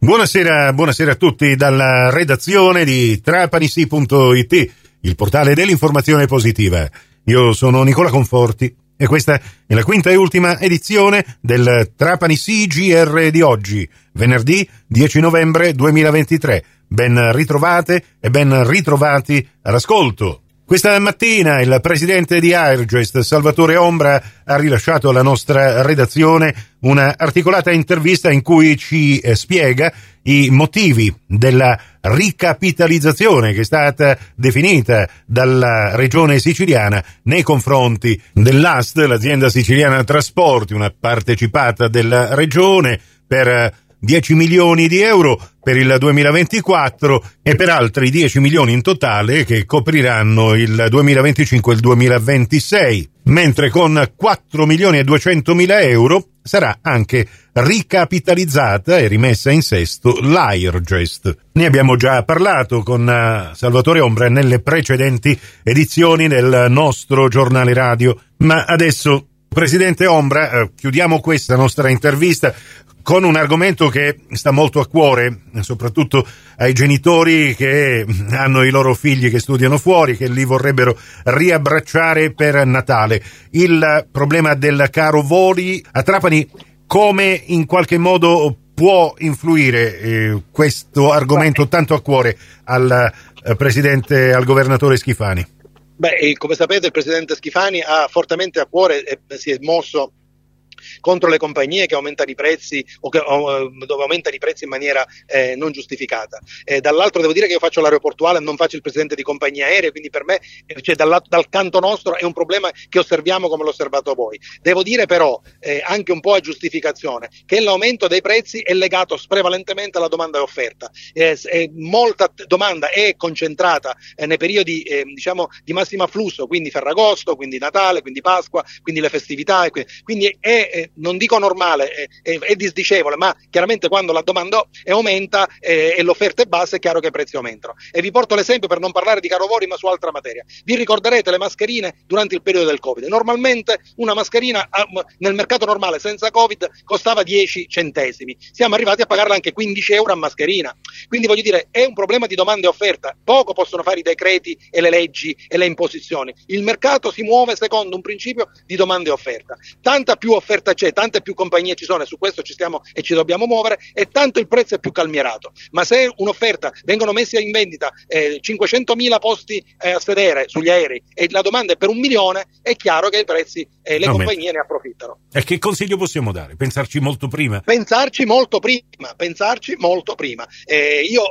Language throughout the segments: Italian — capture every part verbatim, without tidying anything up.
Buonasera, buonasera a tutti dalla redazione di Trapanisi punto it, il portale dell'informazione positiva. Io sono Nicola Conforti e questa è la quinta e ultima edizione del Trapanisi G R di oggi, venerdì dieci novembre duemilaventitré. Ben ritrovate e ben ritrovati all'ascolto. Questa mattina il presidente di Airgest, Salvatore Ombra, ha rilasciato alla nostra redazione una articolata intervista in cui ci eh, spiega i motivi della ricapitalizzazione che è stata definita dalla regione siciliana nei confronti dell'A S T, l'azienda siciliana trasporti, una partecipata della regione, per dieci milioni di euro per il duemilaventiquattro e per altri dieci milioni in totale che copriranno il duemilaventicinque e il duemilaventisei, mentre con quattro milioni e duecentomila euro sarà anche ricapitalizzata e rimessa in sesto l'Airgest. Ne abbiamo già parlato con Salvatore Ombra nelle precedenti edizioni del nostro giornale radio, ma adesso, presidente Ombra, chiudiamo questa nostra intervista con un argomento che sta molto a cuore, soprattutto ai genitori che hanno i loro figli che studiano fuori, che li vorrebbero riabbracciare per Natale. Il problema del caro voli a Trapani, come in qualche modo può influire eh, questo argomento tanto a cuore al eh, presidente, al governatore Schifani? Beh, come sapete il presidente Schifani ha fortemente a cuore e si è mosso contro le compagnie che aumentano i prezzi o che o, dove aumentano i prezzi in maniera eh, non giustificata. Eh, dall'altro devo dire che io faccio l'aeroportuale e non faccio il presidente di compagnie aeree, quindi per me eh, cioè, dal, dal canto nostro è un problema che osserviamo come l'ho osservato voi. Devo dire però eh, anche un po' a giustificazione che l'aumento dei prezzi è legato prevalentemente alla domanda e offerta. Eh, eh, molta domanda è concentrata eh, nei periodi eh, diciamo di massimo afflusso, quindi Ferragosto, quindi Natale, quindi Pasqua, quindi le festività, e quindi, quindi è Eh, non dico normale, è, è, è disdicevole, ma chiaramente quando la domanda è aumenta eh, e l'offerta è bassa è chiaro che i prezzi aumentano. E vi porto l'esempio per non parlare di caro voli ma su altra materia. Vi ricorderete le mascherine durante il periodo del Covid. Normalmente una mascherina eh, nel mercato normale senza Covid costava dieci centesimi, siamo arrivati a pagarla anche quindici euro a mascherina. Quindi voglio dire, è un problema di domanda e offerta. Poco possono fare i decreti e le leggi e le imposizioni. Il mercato si muove secondo un principio di domanda e offerta. Tanta più offerta c'è, tante più compagnie ci sono e su questo ci stiamo e ci dobbiamo muovere, e tanto il prezzo è più calmierato. Ma se un'offerta vengono messi in vendita eh, cinquecentomila posti eh, a sedere sugli aerei e la domanda è per un milione, è chiaro che i prezzi e eh, le no, compagnie ne approfittano. E che consiglio possiamo dare? Pensarci molto prima? Pensarci molto prima, pensarci molto prima. Eh, io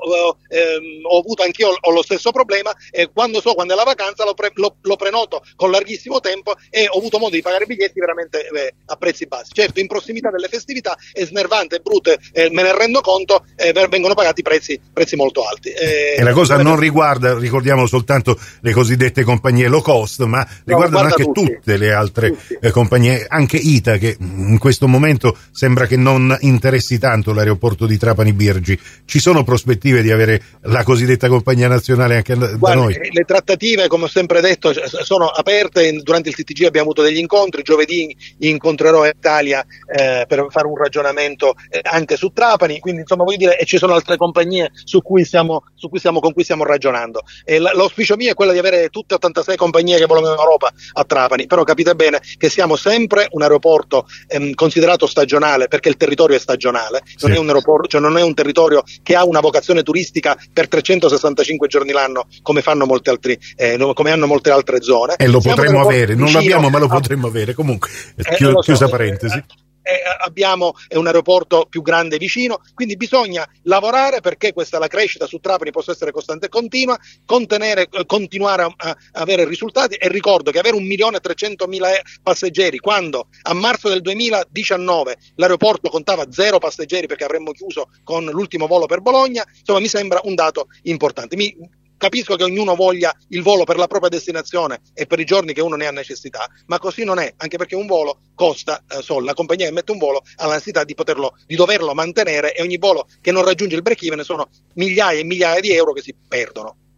eh, ho avuto anch'io ho lo stesso problema, eh, quando so quando è la vacanza lo, pre, lo, lo prenoto con larghissimo tempo e ho avuto modo di pagare i biglietti veramente eh, a prezzi bassi. Certo, in prossimità delle festività è snervante e brutto, eh, me ne rendo conto, eh, vengono pagati prezzi, prezzi molto alti. Eh, e la cosa non per... riguarda, ricordiamo, soltanto le cosiddette compagnie low cost, ma no, riguardano anche tutti. tutte le altre eh, compagnie, anche I T A, che in questo momento sembra che non interessi tanto l'aeroporto di Trapani Birgi. Ci sono prospettive di avere la cosiddetta compagnia nazionale anche da Guarda, noi? Le trattative, come ho sempre detto, sono aperte. Durante il T T G abbiamo avuto degli incontri, giovedì incontrerò Italia eh, per fare un ragionamento eh, anche su Trapani, quindi insomma voglio dire, e ci sono altre compagnie su cui siamo, su cui siamo con cui stiamo ragionando. E l- l'auspicio mio è quello di avere tutte ottantasei compagnie che volano in Europa a Trapani, però capite bene che siamo sempre un aeroporto ehm, considerato stagionale, perché il territorio è stagionale, non sì. è un aeroporto, cioè non è un territorio che ha una vocazione turistica per trecentosessantacinque giorni l'anno come fanno molti altri, eh, come hanno molte altre zone. E lo siamo potremmo avere, non l'abbiamo ma lo potremmo a... avere comunque, eh, Chi- so, chiusa eh, parentesi. Eh, eh, abbiamo un aeroporto più grande vicino, quindi bisogna lavorare perché questa la crescita su Trapani possa essere costante e continua, contenere, eh, continuare a, a avere risultati. E ricordo che avere un milione e trecentomila passeggeri quando a marzo del duemiladiciannove l'aeroporto contava zero passeggeri perché avremmo chiuso con l'ultimo volo per Bologna, insomma mi sembra un dato importante. Mi, Capisco che ognuno voglia il volo per la propria destinazione e per i giorni che uno ne ha necessità, ma così non è, anche perché un volo costa eh, solo, la compagnia che mette un volo ha la necessità di poterlo, di doverlo mantenere, e ogni volo che non raggiunge il break even sono migliaia e migliaia di euro che si perdono.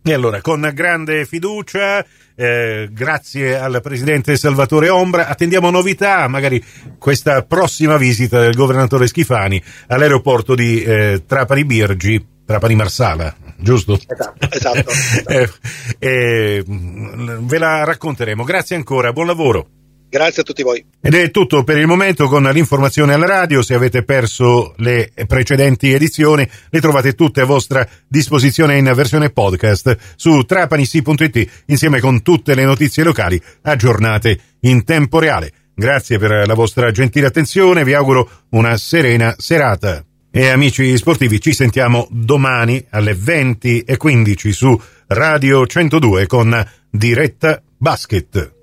E allora, con grande fiducia, eh, grazie al presidente Salvatore Ombra, attendiamo novità, magari questa prossima visita del governatore Schifani all'aeroporto di eh, Trapani Birgi, Trapani Marsala, giusto? Esatto, esatto. esatto. eh, eh, ve la racconteremo. Grazie ancora, buon lavoro. Grazie a tutti voi. Ed è tutto per il momento con l'informazione alla radio. Se avete perso le precedenti edizioni, le trovate tutte a vostra disposizione in versione podcast su trapanisi punto it insieme con tutte le notizie locali aggiornate in tempo reale. Grazie per la vostra gentile attenzione, vi auguro una serena serata. E amici sportivi, ci sentiamo domani alle venti e quindici su Radio centodue con Diretta Basket.